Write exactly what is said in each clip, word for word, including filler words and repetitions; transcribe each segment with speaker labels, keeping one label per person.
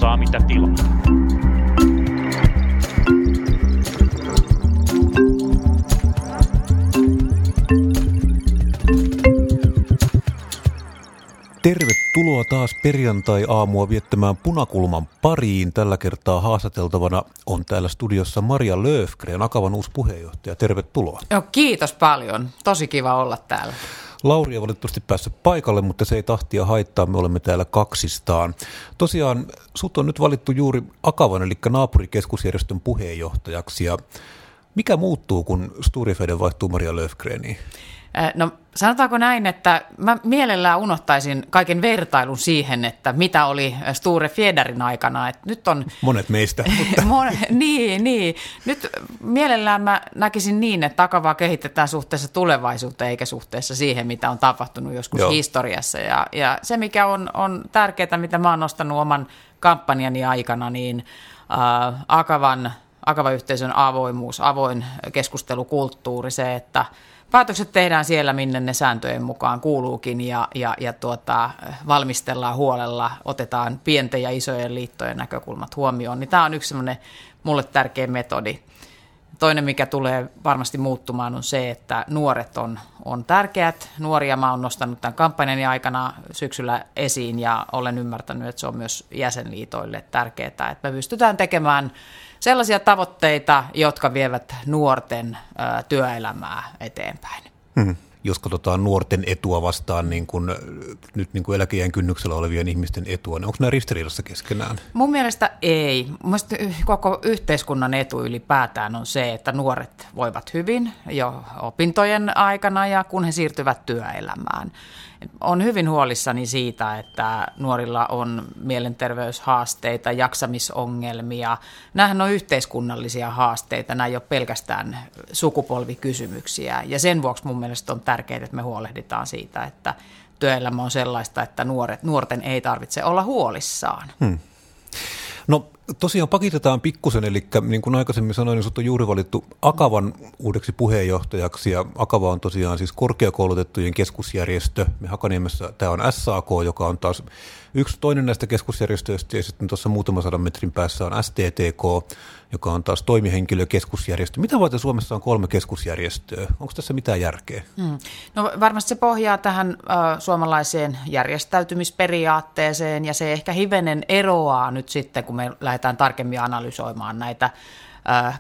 Speaker 1: saa mitä tilaa.
Speaker 2: Tervetuloa taas perjantai-aamua viettämään Punakulman pariin. Tällä kertaa haastateltavana on täällä studiossa Maria Löfgren, Akavan uusi puheenjohtaja. Tervetuloa.
Speaker 3: Joo, kiitos paljon. Tosi kiva olla täällä.
Speaker 2: Lauri ei valitettavasti päässyt paikalle, mutta se ei tahtia haittaa. Me olemme täällä kaksistaan. Tosiaan sut on nyt valittu juuri Akavan, eli naapurikeskusjärjestön puheenjohtajaksi. Ja mikä muuttuu, kun Sturefjärden vaihtuu Maria Löfgreniin?
Speaker 3: No sanotaanko näin, että mä mielellään unohtaisin kaiken vertailun siihen, että mitä oli Sturefjärden aikana. Että nyt on,
Speaker 2: Monet meistä. Mutta.
Speaker 3: Mon, niin, niin. Nyt mielellään mä näkisin niin, että Akavaa kehitetään suhteessa tulevaisuuteen eikä suhteessa siihen, mitä on tapahtunut joskus Joo. historiassa. Ja, ja se, mikä on, on tärkeää, mitä mä oon nostanut oman kampanjani aikana, niin äh, Akavan, Akava-yhteisön avoimuus, avoin keskustelukulttuuri, se, että päätökset tehdään siellä, minne ne sääntöjen mukaan kuuluukin ja, ja, ja tuota, valmistellaan huolella, otetaan pienten ja isojen liittojen näkökulmat huomioon. Niin tämä on yksi semmoinen mulle tärkeä metodi. Toinen, mikä tulee varmasti muuttumaan, on se, että nuoret on, on tärkeät. Nuoria mä oon nostanut tämän kampanjani aikana syksyllä esiin ja olen ymmärtänyt, että se on myös jäsenliitoille tärkeää, että me pystytään tekemään sellaisia tavoitteita, jotka vievät nuorten ä, työelämää eteenpäin.
Speaker 2: Hmm. Jos katsotaan nuorten etua vastaan niin kun, nyt niin kun eläkeiän kynnyksellä olevien ihmisten etua, niin onko nämä ristiriidassa keskenään? Mun
Speaker 3: mielestä ei. Mun mielestä koko yhteiskunnan etu ylipäätään on se, että nuoret voivat hyvin jo opintojen aikana ja kun he siirtyvät työelämään. Olen hyvin huolissani siitä, että nuorilla on mielenterveyshaasteita, jaksamisongelmia. Nämähän on yhteiskunnallisia haasteita, nämä ei ole pelkästään sukupolvikysymyksiä. Ja sen vuoksi mun mielestä on tärkeää, että me huolehditaan siitä, että työelämä on sellaista, että nuoret, nuorten ei tarvitse olla huolissaan. Hmm.
Speaker 2: No tosiaan pakitetaan pikkusen, eli niin kuin aikaisemmin sanoin, niin sinut on juuri valittu Akavan uudeksi puheenjohtajaksi, ja Akava on tosiaan siis korkeakoulutettujen keskusjärjestö. Me Hakaniemessä tämä on S A K, joka on taas yksi toinen näistä keskusjärjestöistä, ja sitten tuossa muutaman sadan metrin päässä on S T T K, joka on taas toimihenkilökeskusjärjestö. Mitä varten Suomessa on kolme keskusjärjestöä? Onko tässä mitään järkeä? Hmm.
Speaker 3: No varmasti se pohjaa tähän äh, suomalaiseen järjestäytymisperiaatteeseen, ja se ehkä hivenen eroaa nyt sitten, kun me lähdetään tarkemmin analysoimaan näitä äh,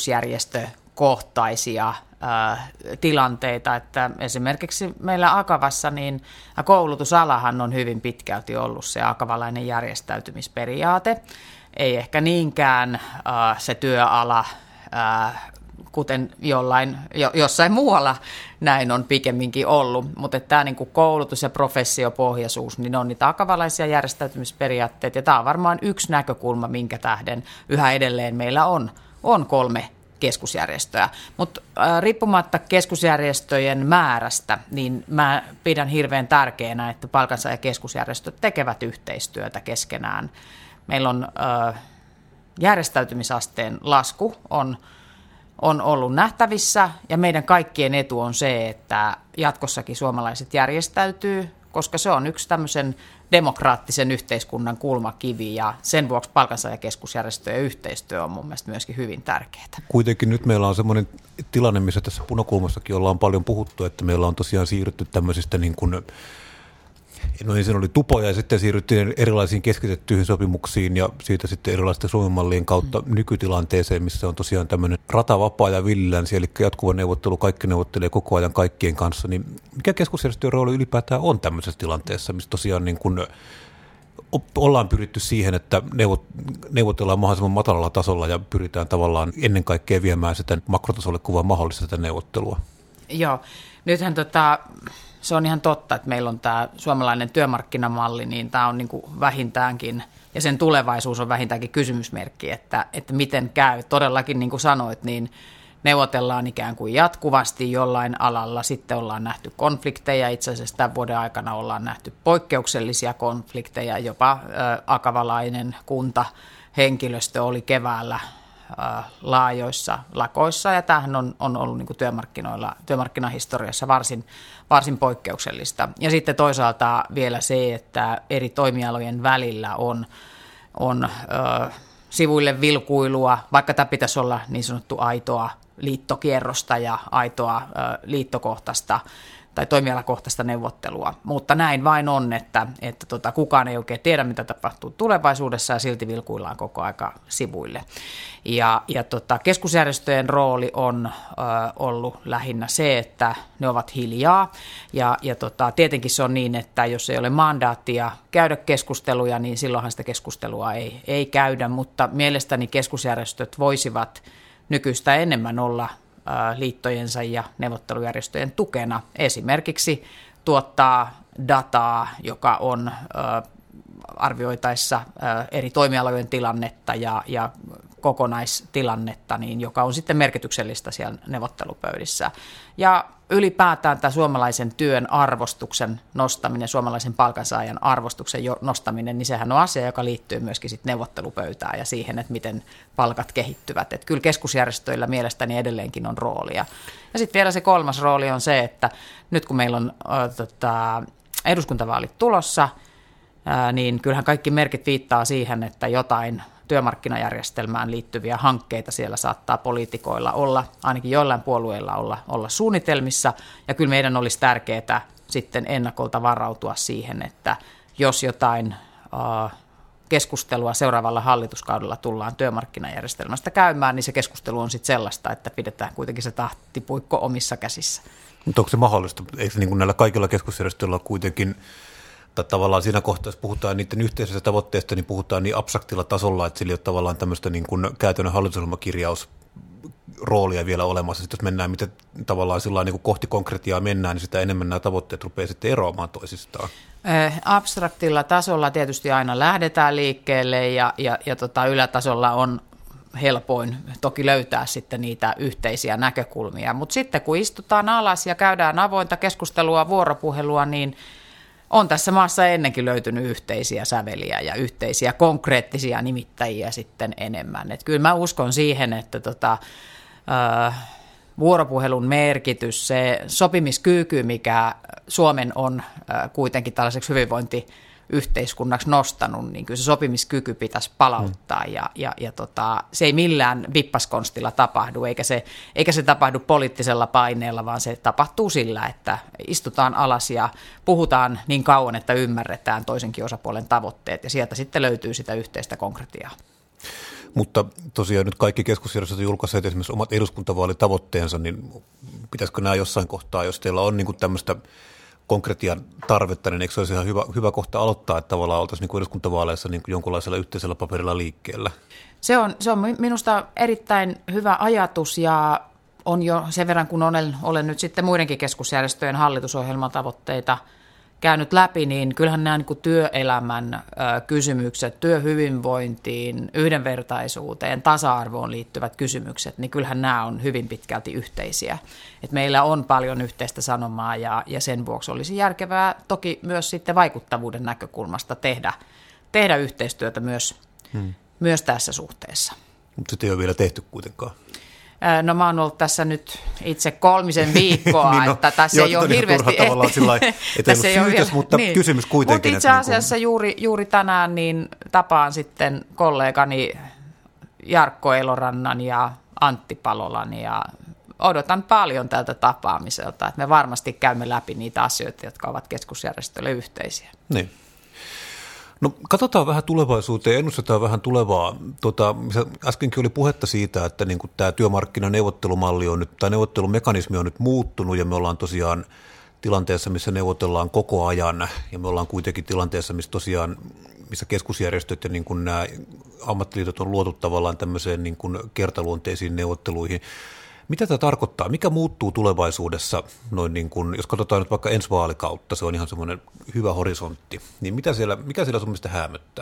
Speaker 3: keskusjärjestökohtaisia äh, tilanteita, että esimerkiksi meillä Akavassa niin koulutusalahan on hyvin pitkälti ollut se akavalainen järjestäytymisperiaate. Ei ehkä niinkään äh, se työala, äh, kuten jollain, jo, jossain muualla näin on pikemminkin ollut, mutta tämä niin kuin koulutus- ja professiopohjaisuus, niin on niitä akavalaisia järjestäytymisperiaatteita, ja tämä on varmaan yksi näkökulma, minkä tähden yhä edelleen meillä on, on kolme keskusjärjestöä. Mutta äh, riippumatta keskusjärjestöjen määrästä, niin mä pidän hirveän tärkeänä, että palkansaajakeskusjärjestöt tekevät yhteistyötä keskenään. Meillä on äh, järjestäytymisasteen lasku on, on ollut nähtävissä, ja meidän kaikkien etu on se, että jatkossakin suomalaiset järjestäytyy, koska se on yksi tämmöisen demokraattisen yhteiskunnan kulmakivi, ja sen vuoksi palkansaajakeskusjärjestöjen yhteistyö on mun mielestä myöskin hyvin tärkeää.
Speaker 2: Kuitenkin nyt meillä on semmoinen tilanne, missä tässä Punakulmassakin ollaan paljon puhuttu, että meillä on tosiaan siirrytty tämmöisistä niin kuin no ensin oli tupoja ja sitten siirryttiin erilaisiin keskitettyihin sopimuksiin ja siitä sitten erilaisten Suomen-mallien kautta mm. nykytilanteeseen, missä on tosiaan tämmöinen ratavapaa ja villilänsi, eli jatkuva neuvottelu, kaikki neuvottelee koko ajan kaikkien kanssa. Niin mikä keskusjärjestöjen rooli ylipäätään on tämmöisessä tilanteessa, missä tosiaan niin kuin ollaan pyritty siihen, että neuvotellaan mahdollisimman matalalla tasolla ja pyritään tavallaan ennen kaikkea viemään sitä makrotasolle kuvaa mahdollista tätä neuvottelua?
Speaker 3: Joo, nythän tota... Se on ihan totta, että meillä on tämä suomalainen työmarkkinamalli, niin tämä on niin kuin vähintäänkin, ja sen tulevaisuus on vähintäänkin kysymysmerkki, että, että miten käy. Todellakin, niin kuin sanoit, niin neuvotellaan ikään kuin jatkuvasti jollain alalla, sitten ollaan nähty konflikteja, itse asiassa tämän vuoden aikana ollaan nähty poikkeuksellisia konflikteja, jopa ä, akavalainen kunta, henkilöstö oli keväällä laajoissa lakoissa, ja tämähän on, on ollut niin kuin työmarkkinoilla, työmarkkinahistoriassa varsin, varsin poikkeuksellista. Ja sitten toisaalta vielä se, että eri toimialojen välillä on on ö, sivuille vilkuilua, vaikka tämä pitäisi olla niin sanottu aitoa liittokierrosta ja aitoa ö, liittokohtaista tai toimialakohtaista neuvottelua, mutta näin vain on, että, että tota, kukaan ei oikein tiedä, mitä tapahtuu tulevaisuudessa ja silti vilkuillaan koko aika sivuille. Ja, ja tota, keskusjärjestöjen rooli on ö, ollut lähinnä se, että ne ovat hiljaa ja, ja tota, tietenkin se on niin, että jos ei ole mandaattia käydä keskusteluja, niin silloinhan sitä keskustelua ei, ei käydä, mutta mielestäni keskusjärjestöt voisivat nykyistä enemmän olla liittojensa ja neuvottelujärjestöjen tukena. Esimerkiksi tuottaa dataa, joka on arvioitaessa eri toimialojen tilannetta ja, ja kokonaistilannetta, niin joka on sitten merkityksellistä siellä neuvottelupöydissä. Ja ylipäätään tämä suomalaisen työn arvostuksen nostaminen, suomalaisen palkansaajan arvostuksen nostaminen, niin sehän on asia, joka liittyy myöskin sitten neuvottelupöytään ja siihen, että miten palkat kehittyvät. Että kyllä keskusjärjestöillä mielestäni edelleenkin on roolia. Ja sitten vielä se kolmas rooli on se, että nyt kun meillä on äh, tota, eduskuntavaalit tulossa, äh, niin kyllähän kaikki merkit viittaa siihen, että jotain työmarkkinajärjestelmään liittyviä hankkeita siellä saattaa poliitikoilla olla, ainakin joillain puolueilla olla, olla suunnitelmissa. Ja kyllä meidän olisi tärkeää sitten ennakolta varautua siihen, että jos jotain uh, keskustelua seuraavalla hallituskaudella tullaan työmarkkinajärjestelmästä käymään, niin se keskustelu on sitten sellaista, että pidetään kuitenkin se tahtipuikko omissa käsissä.
Speaker 2: Mutta onko se mahdollista? Eikö niin kuin näillä kaikilla keskusjärjestöillä kuitenkin tai tavallaan siinä kohtaa, jos puhutaan niiden yhteisestä tavoitteesta, niin puhutaan niin abstraktilla tasolla, että sillä ei ole tavallaan tämmöistä niin kuin käytännön hallitusohjelmakirjausroolia vielä olemassa. Sitten jos mennään, miten tavallaan sillä niin kuin kohti konkretiaa mennään, niin sitä enemmän nämä tavoitteet rupeaa sitten eroamaan toisistaan.
Speaker 3: Abstraktilla tasolla tietysti aina lähdetään liikkeelle ja, ja, ja tota, ylätasolla on helpoin toki löytää sitten niitä yhteisiä näkökulmia. Mutta sitten kun istutaan alas ja käydään avointa keskustelua, vuoropuhelua, niin on tässä maassa ennenkin löytynyt yhteisiä säveliä ja yhteisiä konkreettisia nimittäjiä sitten enemmän. Et kyllä mä uskon siihen, että tota, äh, vuoropuhelun merkitys, se sopimiskyky, mikä Suomen on äh, kuitenkin tällaiseksi hyvinvointiyhteiskunnaksi nostanut, niin kyllä se sopimiskyky pitäisi palauttaa mm. ja, ja, ja tota, se ei millään vippaskonstilla tapahdu, eikä se, eikä se tapahdu poliittisella paineella, vaan se tapahtuu sillä, että istutaan alas ja puhutaan niin kauan, että ymmärretään toisenkin osapuolen tavoitteet ja sieltä sitten löytyy sitä yhteistä konkretiaa.
Speaker 2: Mutta tosiaan nyt kaikki keskusjärjestöt julkaisevat esimerkiksi omat eduskuntavaalitavoitteensa, niin pitäisikö nämä jossain kohtaa, jos teillä on niin kuin tämmöistä konkretian tarvetta, niin eikö se olisi ihan hyvä, hyvä kohta aloittaa, että tavallaan oltaisiin niin kuin eduskuntavaaleissa niin kuin jonkunlaisella yhteisellä paperilla liikkeellä?
Speaker 3: Se on, se on minusta erittäin hyvä ajatus ja on jo sen verran, kun olen, olen nyt sitten muidenkin keskusjärjestöjen hallitusohjelmatavoitteita käynyt läpi, niin kyllähän nämä niin kuin työelämän ö, kysymykset, työhyvinvointiin, yhdenvertaisuuteen, tasa-arvoon liittyvät kysymykset, niin kyllähän nämä on hyvin pitkälti yhteisiä. Et meillä on paljon yhteistä sanomaa ja, ja sen vuoksi olisi järkevää toki myös sitten vaikuttavuuden näkökulmasta tehdä, tehdä yhteistyötä myös, hmm. myös tässä suhteessa.
Speaker 2: Mutta sitä ei ole vielä tehty kuitenkaan.
Speaker 3: No mä oon ollut tässä nyt itse kolmisen viikkoa, niin no, että tässä joo, ei ole hirveästi
Speaker 2: ehtinyt. Tässä ei ole syytös, mutta niin. Kysymys kuitenkin.
Speaker 3: Mutta itse asiassa niin kun juuri, juuri tänään niin tapaan sitten kollegani Jarkko Elorannan ja Antti Palolan ja odotan paljon tältä tapaamiselta, että me varmasti käymme läpi niitä asioita, jotka ovat keskusjärjestölle yhteisiä.
Speaker 2: Niin. No katsotaan vähän tulevaisuuteen, ennustetaan vähän tulevaa. Tota, äskenkin oli puhetta siitä, että niin kuin tämä työmarkkinaneuvottelumalli on nyt, tai neuvottelumekanismi on nyt muuttunut ja me ollaan tosiaan tilanteessa, missä neuvotellaan koko ajan ja me ollaan kuitenkin tilanteessa, missä tosiaan, missä keskusjärjestöt ja niin kuin nämä ammattiliitot on luotu tavallaan tämmöiseen niin kuin kertaluonteisiin neuvotteluihin. Mitä tämä tarkoittaa? Mikä muuttuu tulevaisuudessa, noin niin kuin, jos katsotaan nyt vaikka ensi vaalikautta, se on ihan semmoinen hyvä horisontti, niin mitä siellä, mikä siellä sun mielestä häämöttää?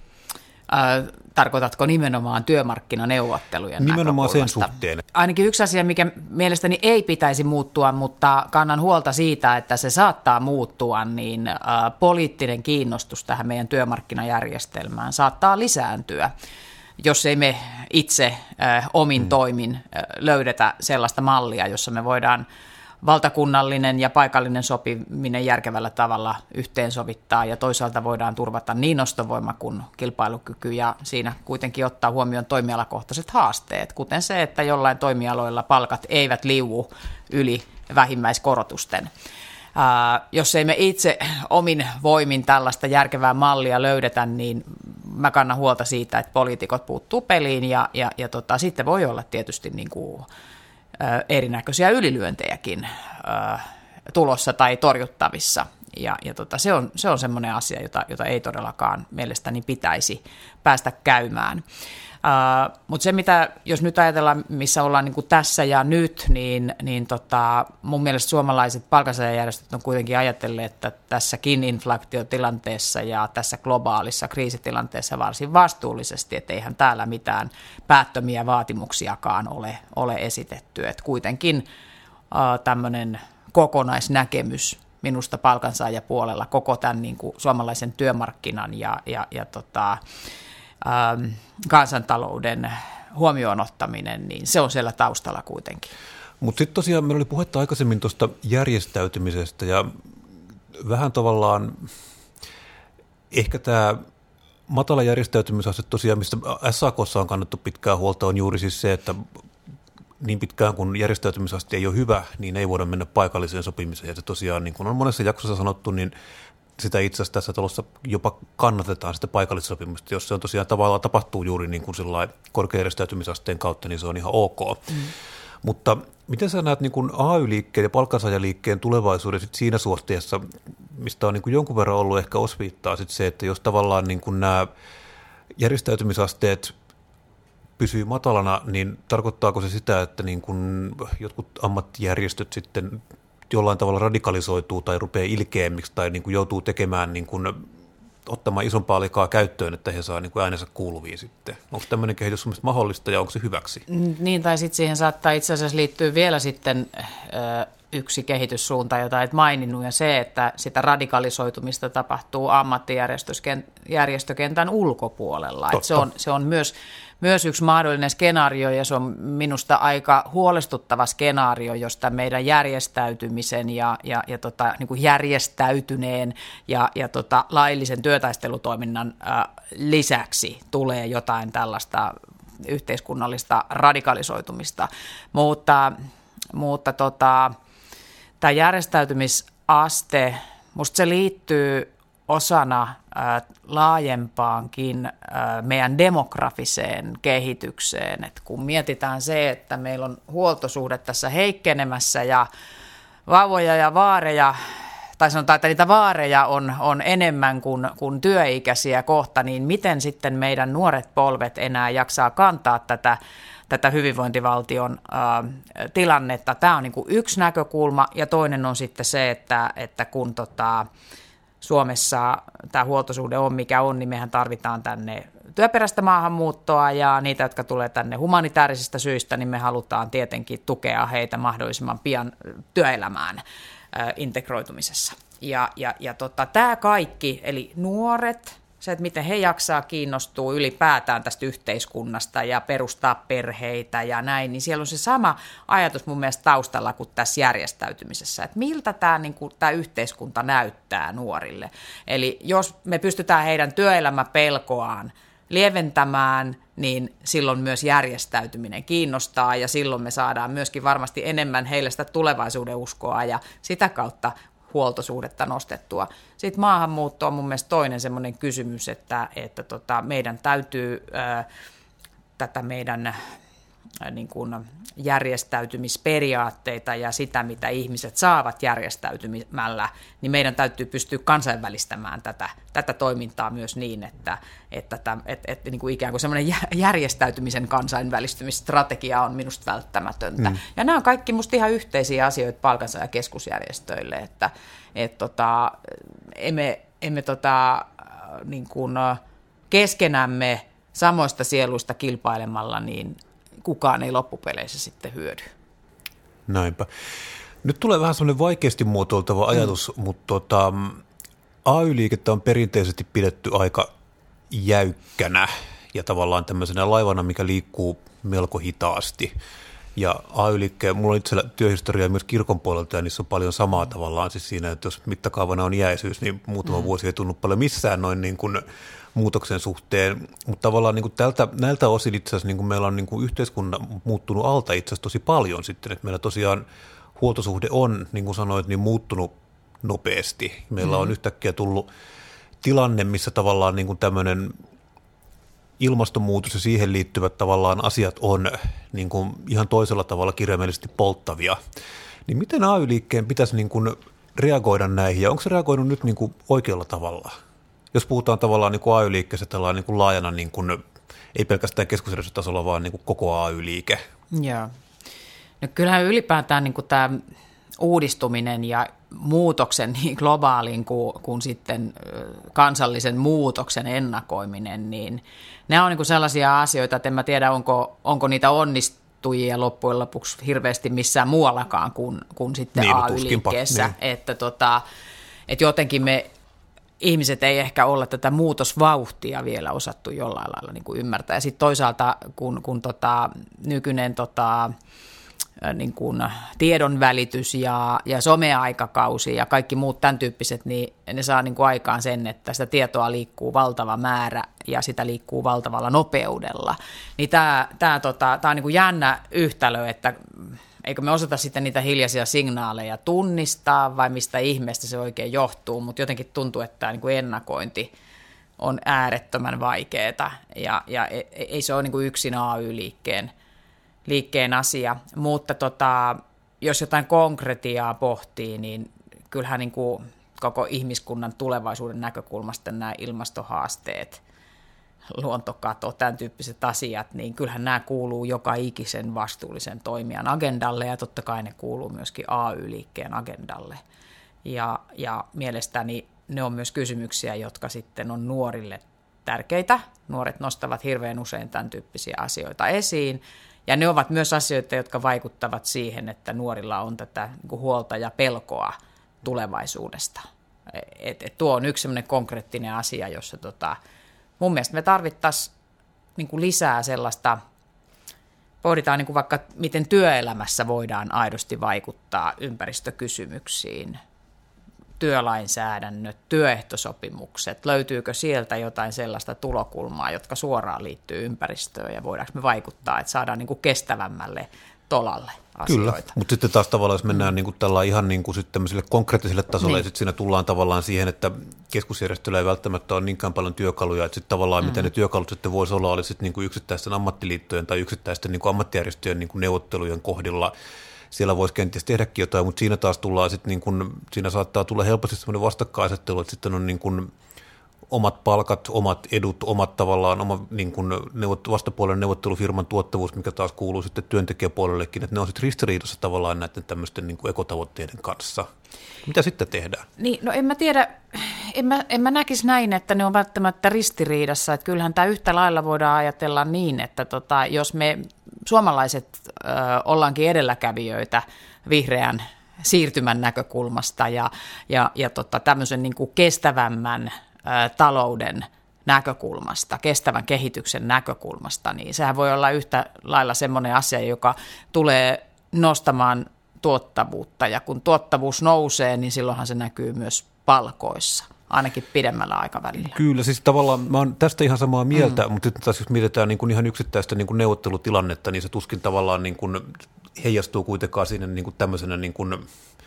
Speaker 3: Äh, tarkoitatko nimenomaan työmarkkinaneuvottelujen
Speaker 2: nimenomaan sen suhteen?
Speaker 3: Ainakin yksi asia, mikä mielestäni ei pitäisi muuttua, mutta kannan huolta siitä, että se saattaa muuttua, niin äh, poliittinen kiinnostus tähän meidän työmarkkinajärjestelmään saattaa lisääntyä, jos ei me itse äh, omin hmm. toimin äh, löydetä sellaista mallia, jossa me voidaan valtakunnallinen ja paikallinen sopiminen järkevällä tavalla yhteensovittaa ja toisaalta voidaan turvata niin ostovoima kuin kilpailukyky ja siinä kuitenkin ottaa huomioon toimialakohtaiset haasteet, kuten se, että jollain toimialoilla palkat eivät liuu yli vähimmäiskorotusten. Uh, jos ei me itse omin voimin tällaista järkevää mallia löydetä, niin mä kannan huolta siitä, että poliitikot puuttuu peliin ja, ja, ja tota, sitten voi olla tietysti niin kuin, uh, erinäköisiä ylilyöntejäkin uh, tulossa tai torjuttavissa. Ja, ja tota, se on, se on semmoinen asia, jota, jota ei todellakaan mielestäni pitäisi päästä käymään. Uh, mutta se, mitä, jos nyt ajatellaan, missä ollaan niin kuin tässä ja nyt, niin, niin tota, mun mielestä suomalaiset palkansaajajärjestöt on kuitenkin ajatelleet, että tässäkin inflaatiotilanteessa ja tässä globaalissa kriisitilanteessa varsin vastuullisesti, että eihän täällä mitään päättömiä vaatimuksiakaan ole, ole esitetty. Et kuitenkin uh, tämmöinen kokonaisnäkemys minusta palkansaajapuolella koko tämän niin kuin suomalaisen työmarkkinan ja, ja, ja tota, Ähm, kansantalouden huomioon ottaminen, niin se on siellä taustalla kuitenkin.
Speaker 2: Mutta sitten tosiaan meillä oli puhetta aikaisemmin tuosta järjestäytymisestä ja vähän tavallaan ehkä tämä matala järjestäytymisaste tosiaan, mistä S A K:ssa on kannettu pitkään huolta, on juuri siis se, että niin pitkään kun järjestäytymisaste ei ole hyvä, niin ei voida mennä paikalliseen sopimiseen. Ja se tosiaan, niin kuin on monessa jaksossa sanottu, niin sitä itse asiassa tässä talossa jopa kannatetaan sitä paikallissopimusta. Jos se on tosiaan tavallaan tapahtuu juuri niin kuin korkean järjestäytymisasteen kautta, niin se on ihan ok. Mm. Mutta miten sä näet niin kuin A Y-liikkeen ja palkansaajaliikkeen tulevaisuuden sit siinä suhteessa, mistä on niin kuin jonkun verran ollut ehkä osviittaa sit se, että jos tavallaan niin kuin nämä järjestäytymisasteet pysyy matalana, niin tarkoittaako se sitä, että niin kuin jotkut ammattijärjestöt sitten jollain tavalla radikalisoituu tai rupeaa ilkeämmiksi tai niin kuin joutuu tekemään, niin kuin, ottamaan isompaa liikaa käyttöön, että he saa niin kuin äänensä kuuluviin sitten. Onko tämmöinen kehitys sun mielestä mahdollista ja onko se hyväksi?
Speaker 3: Niin, tai sitten siihen saattaa itse asiassa liittyä vielä sitten ö, yksi kehityssuunta, jota et maininnut, ja se, että sitä radikalisoitumista tapahtuu ammattijärjestökentän ulkopuolella. Et se on, se on myös, myös yksi mahdollinen skenaario, ja se on minusta aika huolestuttava skenaario, josta meidän järjestäytymisen ja, ja, ja tota, niin kuin järjestäytyneen ja, ja tota, laillisen työtaistelutoiminnan äh, lisäksi tulee jotain tällaista yhteiskunnallista radikalisoitumista, mutta, mutta tota, tämä järjestäytymisaste, musta se liittyy osana äh, laajempaankin äh, meidän demografiseen kehitykseen. Et kun mietitään se, että meillä on huoltosuhde tässä heikkenemässä ja vauvoja ja vaareja, tai sanotaan, että niitä vaareja on, on enemmän kuin, kuin työikäisiä kohta, niin miten sitten meidän nuoret polvet enää jaksaa kantaa tätä tätä hyvinvointivaltion ä, tilannetta. Tämä on niin kuin yksi näkökulma, ja toinen on sitten se, että, että kun tota, Suomessa tämä huoltosuhde on mikä on, niin mehän tarvitaan tänne työperäistä maahanmuuttoa, ja niitä, jotka tulee tänne humanitaarisista syistä, niin me halutaan tietenkin tukea heitä mahdollisimman pian työelämään ä, integroitumisessa. Ja, ja, ja tota, tämä kaikki, eli nuoret, se, että miten he jaksaa kiinnostua ylipäätään tästä yhteiskunnasta ja perustaa perheitä ja näin, niin siellä on se sama ajatus mun mielestä taustalla kuin tässä järjestäytymisessä, että miltä tämä, niin kuin, tämä yhteiskunta näyttää nuorille. Eli jos me pystytään heidän työelämäpelkoaan lieventämään, niin silloin myös järjestäytyminen kiinnostaa ja silloin me saadaan myöskin varmasti enemmän heille sitä tulevaisuuden uskoa ja sitä kautta huoltosuhdetta nostettua. Sitten maahanmuutto on mun mielestä toinen semmoinen kysymys, että, että tota, meidän täytyy ää, tätä meidän ää, niin kuin järjestäytymisperiaatteita ja sitä, mitä ihmiset saavat järjestäytymällä, niin meidän täytyy pystyä kansainvälistämään tätä, tätä toimintaa myös niin, että, että, että, että, että niin kuin ikään kuin semmoinen järjestäytymisen kansainvälistymisstrategia on minusta välttämätöntä. Mm. Ja nämä on kaikki musta ihan yhteisiä asioita palkansaajajärjestöille, että et tota, emme, emme tota, niin kuin keskenämme samoista sieluista kilpailemalla, niin kukaan ei loppupeleissä sitten hyödy.
Speaker 2: Näinpä. Nyt tulee vähän semmoinen vaikeasti muotoiltava ajatus, mm. mutta tota, A Y-liikettä on perinteisesti pidetty aika jäykkänä ja tavallaan tämmöisenä laivana, mikä liikkuu melko hitaasti. Ja A Y-liikkeen, mulla on itsellä työhistoriaa myös kirkon puolelta, ja niissä on paljon samaa tavallaan siis siinä, että jos mittakaavana on iäisyys, niin muutama mm. vuosi ei tunnu paljon missään noin niin kuin muutoksen suhteen, mutta tavallaan niin kuin tältä, näiltä osin itse asiassa niin kuin meillä on niin kuin yhteiskunnan muuttunut alta itse asiassa tosi paljon sitten, että meillä tosiaan huoltosuhde on, niin kuin sanoit, niin muuttunut nopeasti. Meillä mm. on yhtäkkiä tullut tilanne, missä tavallaan niin kuin tämmöinen ilmastonmuutos ja siihen liittyvät tavallaan asiat on niin kuin ihan toisella tavalla kirjaimellisesti polttavia. Niin miten A Y-liikkeen pitäisi niin kuin reagoida näihin, ja onko se reagoinut nyt niin kuin oikealla tavalla? Jos puhutaan tavallaan niin kuin A Y-liikkeestä tällainen niin kuin laajana, niin kuin, ei pelkästään keskusjärjestötasolla, vaan niin kuin koko A Y-liike.
Speaker 3: Joo. No kyllähän ylipäätään niin kuin tämä uudistuminen ja muutoksen niin globaalin kuin, kuin sitten kansallisen muutoksen ennakoiminen, niin nämä on niin kuin sellaisia asioita, että en mä tiedä, onko, onko niitä onnistujia loppujen lopuksi hirveästi missään muuallakaan kuin, kuin sitten niin, A Y-liikkeessä. Niin. Että, tota, että jotenkin me ihmiset ei ehkä olla tätä muutosvauhtia vielä osattu jollain lailla niin kuin ymmärtää. Ja sitten toisaalta, kun, kun tota, nykyinen tota, niin kuin tiedonvälitys ja, ja someaikakausi ja kaikki muut tämän tyyppiset, niin ne saa niin kuin aikaan sen, että sitä tietoa liikkuu valtava määrä ja sitä liikkuu valtavalla nopeudella. Niin tämä, tämä, tota, tämä on niin kuin jännä yhtälö, että eikö me osata sitten niitä hiljaisia signaaleja tunnistaa vai mistä ihmeestä se oikein johtuu, mutta jotenkin tuntuu, että tämä niin kuin ennakointi on äärettömän vaikeaa ja, ja ei se ole niin kuin yksin A Y-liikkeen liikkeen asia, mutta tota, jos jotain konkretiaa pohtii, niin kyllähän niin kuin koko ihmiskunnan tulevaisuuden näkökulmasta nämä ilmastohaasteet, luontokato, tämän tyyppiset asiat, niin kyllähän nämä kuuluu joka ikisen vastuullisen toimijan agendalle ja totta kai ne kuuluu myöskin A Y-liikkeen agendalle. Ja, ja mielestäni ne on myös kysymyksiä, jotka sitten on nuorille tärkeitä. Nuoret nostavat hirveän usein tämän tyyppisiä asioita esiin. Ja ne ovat myös asioita, jotka vaikuttavat siihen, että nuorilla on tätä niin kuin huolta ja pelkoa tulevaisuudesta. Et, et tuo on yksi sellainen konkreettinen asia, jossa tota, mun mielestä me tarvittaisiin niin kuin lisää sellaista, pohditaan niin kuin vaikka miten työelämässä voidaan aidosti vaikuttaa ympäristökysymyksiin, työlainsäädännöt, työehtosopimukset, löytyykö sieltä jotain sellaista tulokulmaa, jotka suoraan liittyy ympäristöön ja voidaanko me vaikuttaa, että saadaan niin kuin kestävämmälle tolalle asioita.
Speaker 2: Kyllä, mutta sitten taas tavallaan, jos mennään niin kuin tällä ihan niin kuin sitten tämmöiselle konkreettiselle tasolle, niin. Ja sitten siinä tullaan tavallaan siihen, että keskusjärjestöllä ei välttämättä ole niinkään paljon työkaluja, että sitten tavallaan mm. mitä ne työkalut sitten voisi olla, olisi sitten niin kuin yksittäisten ammattiliittojen tai yksittäisten niin kuin ammattijärjestöjen niin kuin neuvottelujen kohdilla. Siellä voisi kenties tehdäkin jotain, mutta siinä taas tullaan sitten niin kuin, siinä saattaa tulla helposti semmoinen vastakkainasettelu, että sitten on niin kuin omat palkat, omat edut, omat tavallaan, oma niin kuin neuvot, vastapuolen neuvottelufirman tuottavuus, mikä taas kuuluu sitten työntekijäpuolellekin, että ne on sitten ristiriidassa tavallaan näiden tämmöisten niin kuin ekotavoitteiden kanssa. Mitä sitten tehdään? Niin,
Speaker 3: no en mä tiedä, en mä, en mä näkisi näin, että ne on välttämättä ristiriidassa, että kyllähän tämä yhtä lailla voidaan ajatella niin, että tota, jos me suomalaiset ö, ollaankin edelläkävijöitä vihreän siirtymän näkökulmasta ja, ja, ja tota, tämmöisen niin kuin kestävämmän talouden näkökulmasta, kestävän kehityksen näkökulmasta, niin sehän voi olla yhtä lailla semmoinen asia, joka tulee nostamaan tuottavuutta, ja kun tuottavuus nousee, niin silloinhan se näkyy myös palkoissa, ainakin pidemmällä aikavälillä.
Speaker 2: Kyllä, siis tavallaan mä oon tästä ihan samaa mieltä, mm. mutta taas jos mietitään niin kuin ihan yksittäistä niin kuin neuvottelutilannetta, niin se tuskin tavallaan niin kuin heijastuu kuitenkaan siinä niin kuin tämmöisenä niin kuin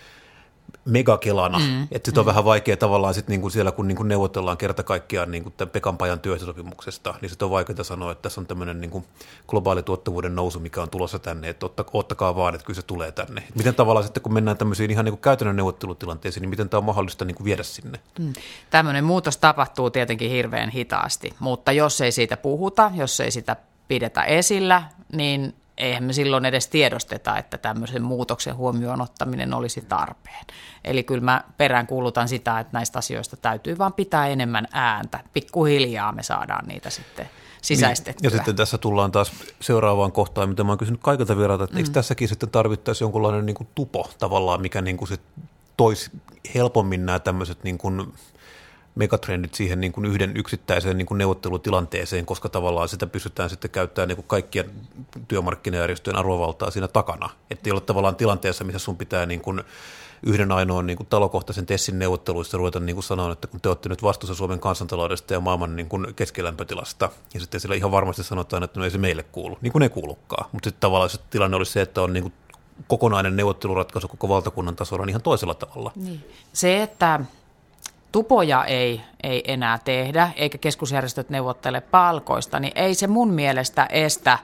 Speaker 2: megakelana, mm, että sitten mm. on vähän vaikea tavallaan sit niinku siellä, kun niinku neuvotellaan kerta kaikkiaan niinku tämän Pekanpajan työehtosopimuksesta, niin sitten on vaikeaa sanoa, että tässä on tämmöinen niinku globaali tuottavuuden nousu, mikä on tulossa tänne, että ottakaa vaan, että kyllä se tulee tänne. Miten tavallaan sitten, kun mennään tämmöisiin ihan niinku käytännön neuvottelutilanteisiin, niin miten tämä on mahdollista niinku viedä sinne?
Speaker 3: Mm. Tämmöinen muutos tapahtuu tietenkin hirveän hitaasti, mutta jos ei siitä puhuta, jos ei sitä pidetä esillä, niin eihän me silloin edes tiedosteta, että tämmöisen muutoksen huomioon ottaminen olisi tarpeen. Eli kyllä mä peräänkuulutan sitä, että näistä asioista täytyy vaan pitää enemmän ääntä. Pikkuhiljaa me saadaan niitä sitten sisäistettyä.
Speaker 2: Ja sitten tässä tullaan taas seuraavaan kohtaan, mitä mä oon kysynyt kaikilta vierailta, että mm. eikö tässäkin sitten tarvittaisi jonkunlainen niin kuin tupo tavallaan, mikä niin kuin se toisi helpommin nämä tämmöiset niin kuin megatrendit siihen niin kuin yhden yksittäiseen niin kuin neuvottelutilanteeseen, koska tavallaan sitä pystytään sitten käyttämään niin kuin kaikkien työmarkkinajärjestöjen arvovaltaa siinä takana. Että ei ole tavallaan tilanteessa, missä sun pitää niin kuin yhden ainoan niin kuin talokohtaisen tessin neuvotteluissa ruveta niin kuin sanoa, että kun te olette nyt vastuussa Suomen kansantaloudesta ja maailman niin kuin keskilämpötilasta, ja sitten sillä ihan varmasti sanotaan, että no ei se meille kuulu, niin kuin ei kuulukaan. Mutta sitten tavallaan se tilanne olisi se, että on niin kuin kokonainen neuvotteluratkaisu koko valtakunnan tasolla niin ihan toisella tavalla. Niin.
Speaker 3: Se, että tupoja ei, ei enää tehdä, eikä keskusjärjestöt neuvottele palkoista, niin ei se mun mielestä estä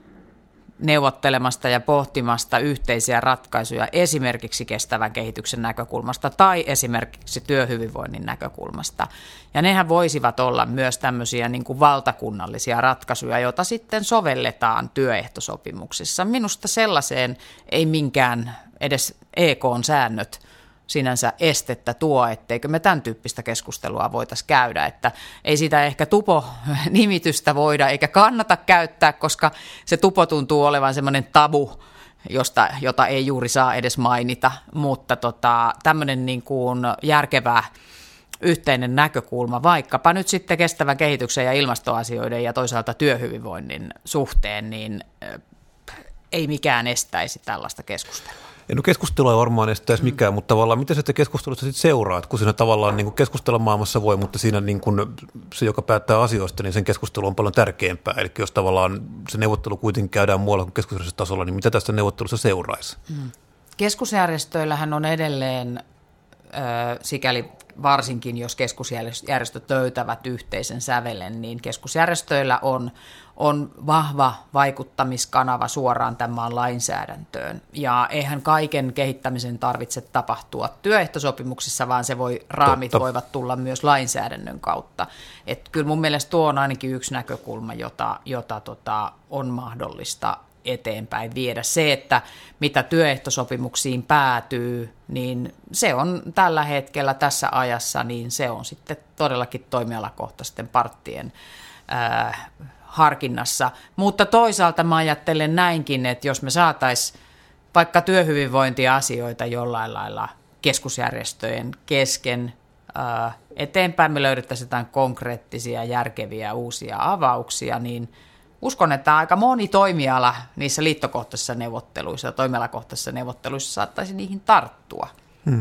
Speaker 3: neuvottelemasta ja pohtimasta yhteisiä ratkaisuja esimerkiksi kestävän kehityksen näkökulmasta tai esimerkiksi työhyvinvoinnin näkökulmasta. Ja nehän voisivat olla myös tämmöisiä niin kuin valtakunnallisia ratkaisuja, joita sitten sovelletaan työehtosopimuksissa. Minusta sellaiseen ei minkään edes E K:n säännöt sinänsä estettä tuo, etteikö me tämän tyyppistä keskustelua voitaisiin käydä, että ei sitä ehkä tupo-nimitystä voida eikä kannata käyttää, koska se tupo tuntuu olevan semmoinen tabu, josta, jota ei juuri saa edes mainita, mutta tota, tämmöinen niin kuin järkevä yhteinen näkökulma, vaikkapa nyt sitten kestävän kehityksen ja ilmastoasioiden ja toisaalta työhyvinvoinnin suhteen, niin ei mikään estäisi tällaista keskustelua.
Speaker 2: No keskustelua ei varmaan estäisi mikään, mm. mutta tavallaan miten sä te keskustelusta sitten seuraat, kun siinä tavallaan niin kuin keskustella maailmassa voi, mutta siinä niin kuin se, joka päättää asioista, niin sen keskustelu on paljon tärkeämpää. Eli jos tavallaan se neuvottelu kuitenkin käydään muualla kuin keskusjärjestötasolla, niin mitä tästä neuvottelussa seuraisi? Mm.
Speaker 3: Keskusjärjestöillähän on edelleen, äh, sikäli varsinkin jos keskusjärjestöt löytävät yhteisen sävelen, niin keskusjärjestöillä on on vahva vaikuttamiskanava suoraan tämän maan lainsäädäntöön. Ja eihän kaiken kehittämisen tarvitse tapahtua työehtosopimuksissa, vaan se voi, raamit Totta. voivat tulla myös lainsäädännön kautta. Et kyllä mun mielestä tuo on ainakin yksi näkökulma, jota, jota tota, on mahdollista eteenpäin viedä. Se, että mitä työehtosopimuksiin päätyy, niin se on tällä hetkellä tässä ajassa, niin se on sitten todellakin toimialakohtaisten parttien ää, harkinnassa, mutta toisaalta mä ajattelen näinkin, että jos me saataisiin vaikka työhyvinvointiasioita jollain lailla keskusjärjestöjen kesken ää, eteenpäin, me löydettäisiin jotain konkreettisia, järkeviä, uusia avauksia, niin uskon, että aika moni toimiala niissä liittokohtaisissa neuvotteluissa ja toimialakohtaisissa neuvotteluissa saattaisi niihin tarttua. Hmm.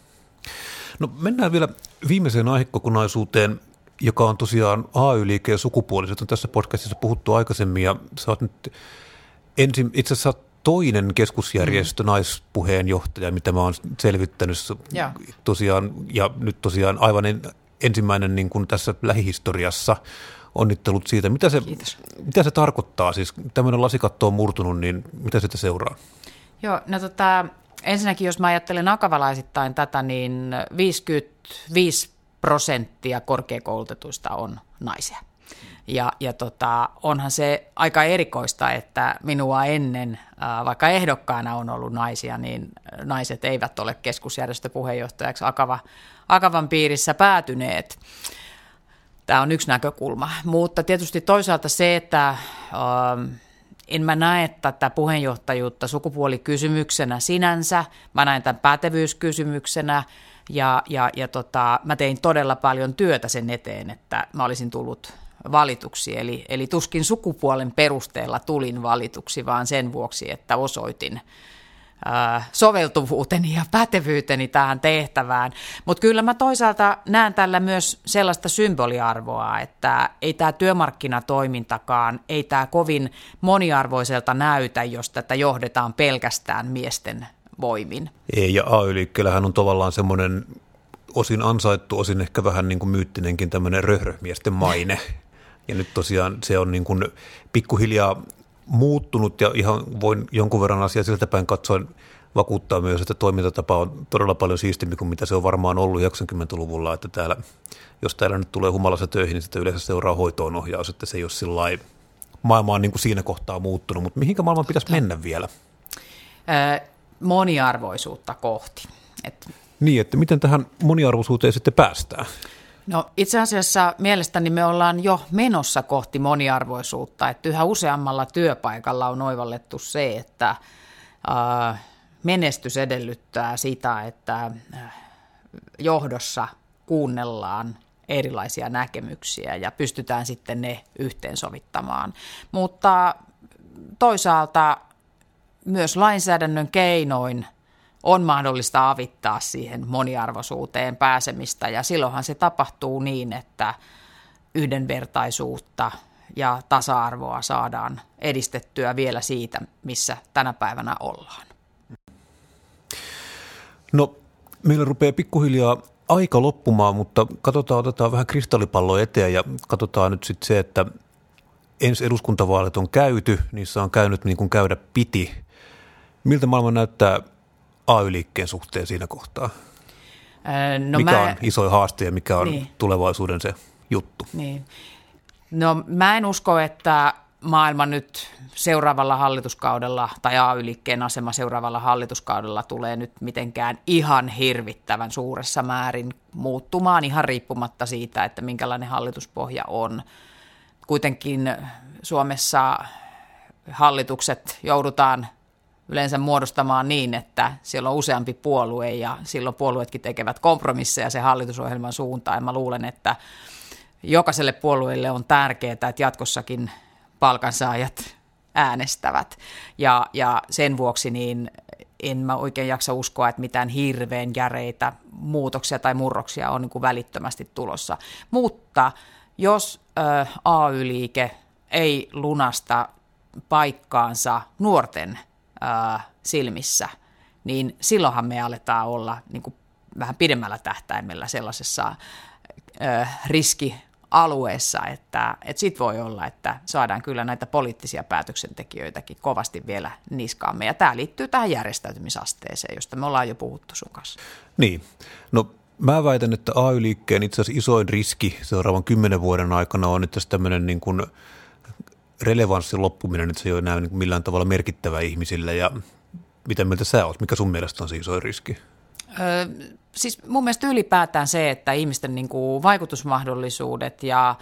Speaker 2: No mennään vielä viimeiseen aihekokonaisuuteen, joka on tosiaan A Y-liike ja sukupuoliset. On tässä podcastissa puhuttu aikaisemmin, ja sä oot nyt ensin, itse asiassa toinen keskusjärjestö mm. naispuheenjohtaja, mitä mä oon selvittänyt ja. tosiaan, ja nyt tosiaan aivan ensimmäinen niin kuin tässä lähihistoriassa. Onnittelut siitä. Mitä se, mitä se tarkoittaa? Siis tämmöinen lasikatto on murtunut, niin mitä sitä seuraa?
Speaker 3: Joo, no tota, ensinnäkin jos mä ajattelen akavalaisittain tätä, niin viisikymmentäviisi prosenttia korkeakoulutetuista on naisia. Ja, ja tota, onhan se aika erikoista, että minua ennen, ää, vaikka ehdokkaana on ollut naisia, niin naiset eivät ole keskusjärjestöpuheenjohtajaksi Akava, Akavan piirissä päätyneet. Tämä on yksi näkökulma, mutta tietysti toisaalta se, että ää, en mä näe tätä puheenjohtajuutta sukupuolikysymyksenä sinänsä, mä näen tämän pätevyyskysymyksenä, Ja, ja, ja tota, mä tein todella paljon työtä sen eteen, että mä olisin tullut valituksi. Eli, eli tuskin sukupuolen perusteella tulin valituksi, vaan sen vuoksi, että osoitin ää, soveltuvuuteni ja pätevyyteni tähän tehtävään. Mutta kyllä mä toisaalta näen tällä myös sellaista symboliarvoa, että ei tämä työmarkkinatoimintakaan, ei tämä kovin moniarvoiselta näytä, jos tätä johdetaan pelkästään miesten voimin.
Speaker 2: Ei, ja A Y-liikkeellähän on tavallaan semmoinen osin ansaittu, osin ehkä vähän niin kuin myyttinenkin tämmöinen röhrömiesten maine. Ja nyt tosiaan se on niin kuin pikkuhiljaa muuttunut, ja ihan voin jonkun verran asiaa siltä päin katsoen vakuuttaa myös, että toimintatapa on todella paljon siistimpi kuin mitä se on varmaan ollut yhdeksänkymmentäluvulla, että täällä, jos täällä nyt tulee humalassa töihin, niin sitä yleensä seuraa hoitoonohjaus, että se ei ole sillä lailla, maailma on niin kuin siinä kohtaa muuttunut, mutta mihinkä maailman pitäisi mennä vielä?
Speaker 3: Äh. Moniarvoisuutta kohti. Et
Speaker 2: niin, että miten tähän moniarvoisuuteen sitten päästään?
Speaker 3: No itse asiassa mielestäni me ollaan jo menossa kohti moniarvoisuutta, että yhä useammalla työpaikalla on oivallettu se, että äh, menestys edellyttää sitä, että johdossa kuunnellaan erilaisia näkemyksiä ja pystytään sitten ne yhteensovittamaan. Mutta toisaalta myös lainsäädännön keinoin on mahdollista avittaa siihen moniarvoisuuteen pääsemistä ja silloinhan se tapahtuu niin, että yhdenvertaisuutta ja tasa-arvoa saadaan edistettyä vielä siitä, missä tänä päivänä ollaan.
Speaker 2: No, meillä rupeaa pikkuhiljaa aika loppumaan, mutta katsotaan, otetaan vähän kristallipalloa eteen ja katsotaan nyt sitten se, että ensi eduskuntavaalit on käyty, niissä on käynyt niin kuin käydä piti. Miltä maailma näyttää A Y-liikkeen suhteen siinä kohtaa? No mikä mä... on iso haaste ja mikä on niin. tulevaisuuden se juttu?
Speaker 3: Niin. No mä en usko, että maailma nyt seuraavalla hallituskaudella tai A Y-liikkeen asema seuraavalla hallituskaudella tulee nyt mitenkään ihan hirvittävän suuressa määrin muuttumaan ihan riippumatta siitä, että minkälainen hallituspohja on. Kuitenkin Suomessa hallitukset joudutaan yleensä muodostamaan niin, että siellä on useampi puolue ja silloin puolueetkin tekevät kompromisseja sen hallitusohjelman suuntaan. Ja mä luulen, että jokaiselle puolueelle on tärkeää, että jatkossakin palkansaajat äänestävät ja, ja sen vuoksi niin en mä oikein jaksa uskoa, että mitään hirveän järeitä muutoksia tai murroksia on niin kuin välittömästi tulossa. Mutta jos ä, A Y-liike ei lunasta paikkaansa nuorten ä, silmissä, niin silloinhan me aletaan olla niin kuin vähän pidemmällä tähtäimellä sellaisessa ä, riski alueessa, että, että sit voi olla, että saadaan kyllä näitä poliittisia päätöksentekijöitäkin kovasti vielä niskaamme. Ja tämä liittyy tähän järjestäytymisasteeseen, josta me ollaan jo puhuttu sun kanssa.
Speaker 2: Niin. No mä väitän, että A Y-liikkeen itse asiassa isoin riski seuraavan kymmenen vuoden aikana on, että tämmöinen niin kuin relevanssin loppuminen, että se ei ole enää niin millään tavalla merkittävä ihmisille. Ja mitä mieltä sä oot? Mikä sun mielestä on se isoin riski?
Speaker 3: Öö, siis mun mielestä ylipäätään se, että ihmisten niin kuin vaikutusmahdollisuudet ja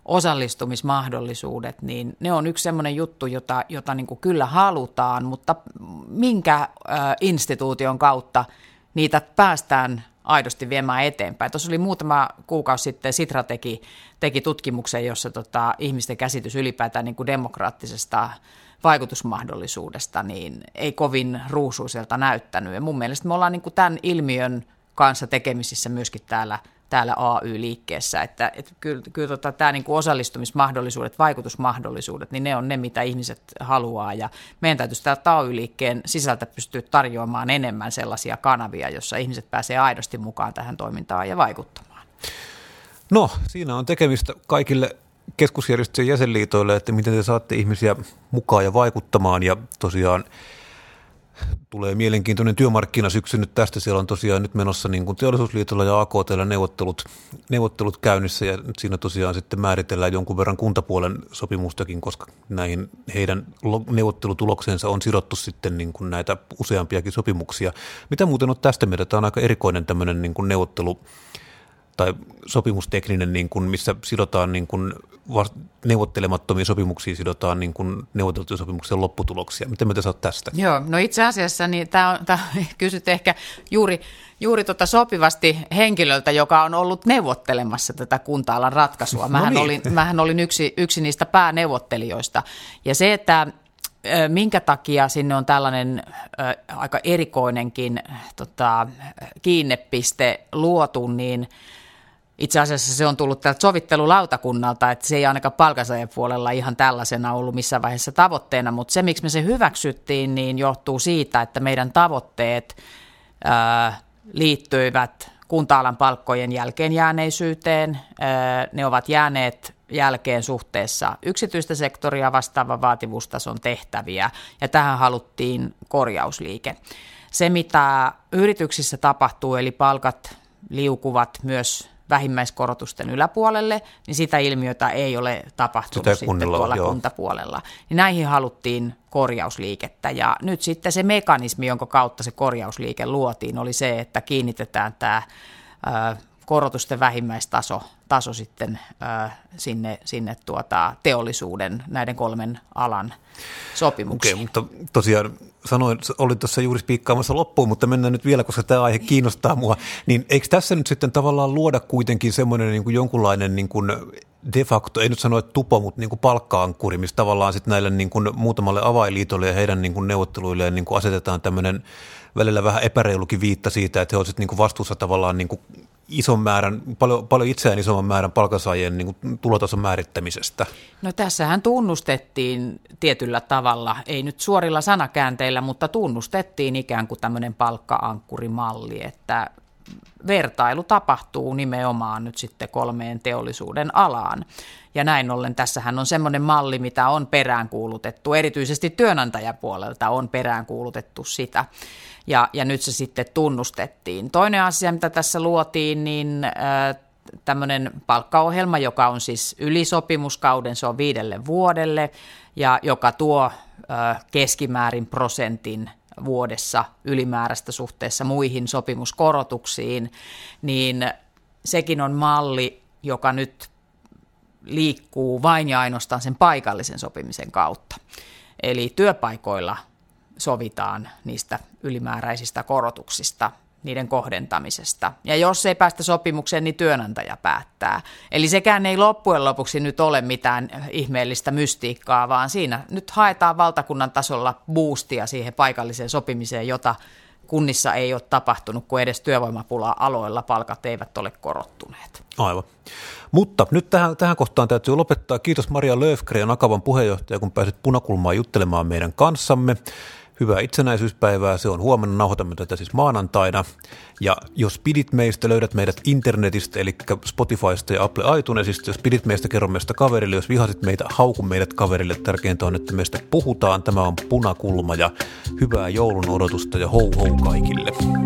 Speaker 3: osallistumismahdollisuudet, niin ne on yksi semmoinen juttu, jota, jota niin kuin kyllä halutaan, mutta minkä ö, instituution kautta niitä päästään aidosti viemään eteenpäin. Tuossa oli muutama kuukausi sitten Sitra teki, teki tutkimuksen, jossa tota, ihmisten käsitys ylipäätään niin kuin demokraattisesta vaikutusmahdollisuudesta niin ei kovin ruusuiselta näyttänyt. Ja mun mielestä me ollaan niin kuin tämän ilmiön kanssa tekemisissä myöskin täällä, täällä A Y-liikkeessä, että, että kyllä, kyllä tota, tämä niin kuin osallistumismahdollisuudet, vaikutusmahdollisuudet, niin ne on ne, mitä ihmiset haluaa. Ja meidän täytyisi täältä A Y-liikkeen sisältä pystyä tarjoamaan enemmän sellaisia kanavia, jossa ihmiset pääsee aidosti mukaan tähän toimintaan ja vaikuttamaan.
Speaker 2: No, siinä on tekemistä kaikille keskusjärjestöjen jäsenliitoille, että miten te saatte ihmisiä mukaan ja vaikuttamaan, ja tosiaan tulee mielenkiintoinen työmarkkinasyksy nyt tästä. Siellä on tosiaan nyt menossa niin kuin Teollisuusliitolla ja A K T:llä neuvottelut, neuvottelut käynnissä, ja siinä tosiaan sitten määritellään jonkun verran kuntapuolen sopimustakin, koska näihin heidän neuvottelutulokseensa on sidottu sitten niin kuin näitä useampiakin sopimuksia. Mitä muuten on tästä mieltä? Tämä on aika erikoinen tämmöinen niin kuin neuvottelu tai sopimustekninen, niin kuin, missä sidotaan niin kuin neuvottelemattomia sopimuksia, sidotaan niin kuin neuvoteltujen sopimuksen lopputuloksia. Mitä mieltä sä oot tästä?
Speaker 3: Joo, no itse asiassa niin tämä on, tämä kysyt ehkä juuri, juuri tota sopivasti henkilöltä, joka on ollut neuvottelemassa tätä kunta-alan ratkaisua. Mähän, no niin. olin, mähän olin yksi, yksi niistä pääneuvottelijoista. Ja se, että minkä takia sinne on tällainen ä, aika erikoinenkin tota, kiinnepiste luotu, niin itse asiassa se on tullut tältä sovittelulautakunnalta, että se ei ainakaan palkansaajapuolella ihan tällaisena ollut missään vaiheessa tavoitteena, mutta se, miksi me se hyväksyttiin, niin johtuu siitä, että meidän tavoitteet ää, liittyivät kunta-alan palkkojen jälkeenjääneisyyteen. Ää, ne ovat jääneet jälkeen suhteessa yksityistä sektoria vastaavan vaativuustason tehtäviä, ja tähän haluttiin korjausliike. Se, mitä yrityksissä tapahtuu, eli palkat liukuvat myös vähimmäiskorotusten yläpuolelle, niin sitä ilmiötä ei ole tapahtunut sitä sitten tuolla joo. kuntapuolella. Niin näihin haluttiin korjausliikettä, ja nyt sitten se mekanismi, jonka kautta se korjausliike luotiin, oli se, että kiinnitetään tämä korotusten vähimmäistaso taso sitten ö, sinne, sinne tuota, teollisuuden näiden kolmen alan sopimuksiin.
Speaker 2: Okei, mutta tosiaan sanoin, olin tuossa juuri spiikkaamassa loppuun, mutta mennään nyt vielä, koska tämä aihe kiinnostaa mua, niin eikö tässä nyt sitten tavallaan luoda kuitenkin semmoinen niin kuin jonkunlainen niin kuin de facto, ei nyt sano, että tupo, mutta niin kuin palkka-ankkuri, missä tavallaan sitten näille niin kuin muutamalle avainliitolle ja heidän niin kuin neuvotteluilleen niin kuin asetetaan tämmöinen välillä vähän epäreilukin viitta siitä, että he olisivat niin kuin vastuussa tavallaan niin kuin ison määrän, paljon, paljon itseään isomman määrän palkansaajien niin kuin tulotason määrittämisestä.
Speaker 3: No tässähän tunnustettiin tietyllä tavalla, ei nyt suorilla sanakäänteillä, mutta tunnustettiin ikään kuin tämmöinen palkka-ankkurimalli, että vertailu tapahtuu nimenomaan nyt sitten kolmeen teollisuuden alaan. Ja näin ollen tässähän on semmoinen malli, mitä on peräänkuulutettu, erityisesti työnantajapuolelta on peräänkuulutettu sitä. Ja, ja nyt se sitten tunnustettiin. Toinen asia, mitä tässä luotiin, niin äh, tämmöinen palkkaohjelma, joka on siis ylisopimuskauden, se on viidelle vuodelle, ja joka tuo äh, keskimäärin prosentin vuodessa ylimääräistä suhteessa muihin sopimuskorotuksiin, niin sekin on malli, joka nyt liikkuu vain ja ainoastaan sen paikallisen sopimisen kautta. Eli työpaikoilla sovitaan niistä ylimääräisistä korotuksista, niiden kohdentamisesta. Ja jos ei päästä sopimukseen, niin työnantaja päättää. Eli sekään ei loppujen lopuksi nyt ole mitään ihmeellistä mystiikkaa, vaan siinä nyt haetaan valtakunnan tasolla boostia siihen paikalliseen sopimiseen, jota kunnissa ei ole tapahtunut, kun edes työvoimapula-aloilla palkat eivät ole korottuneet.
Speaker 2: Aivan. Mutta nyt tähän, tähän kohtaan täytyy lopettaa. Kiitos Maria Löfgren, Akavan puheenjohtaja, kun pääsit Punakulmaan juttelemaan meidän kanssamme. Hyvää itsenäisyyspäivää, se on huomenna, nauhoitamme tätä siis maanantaina. Ja jos pidit meistä, löydät meidät internetistä, eli Spotifysta ja Apple iTunesista. Jos pidit meistä, kerro meistä kaverille. Jos vihasit meitä, hauku meidät kaverille. Tärkeintä on, että meistä puhutaan. Tämä on Punakulma ja hyvää joulun odotusta ja hou hou kaikille.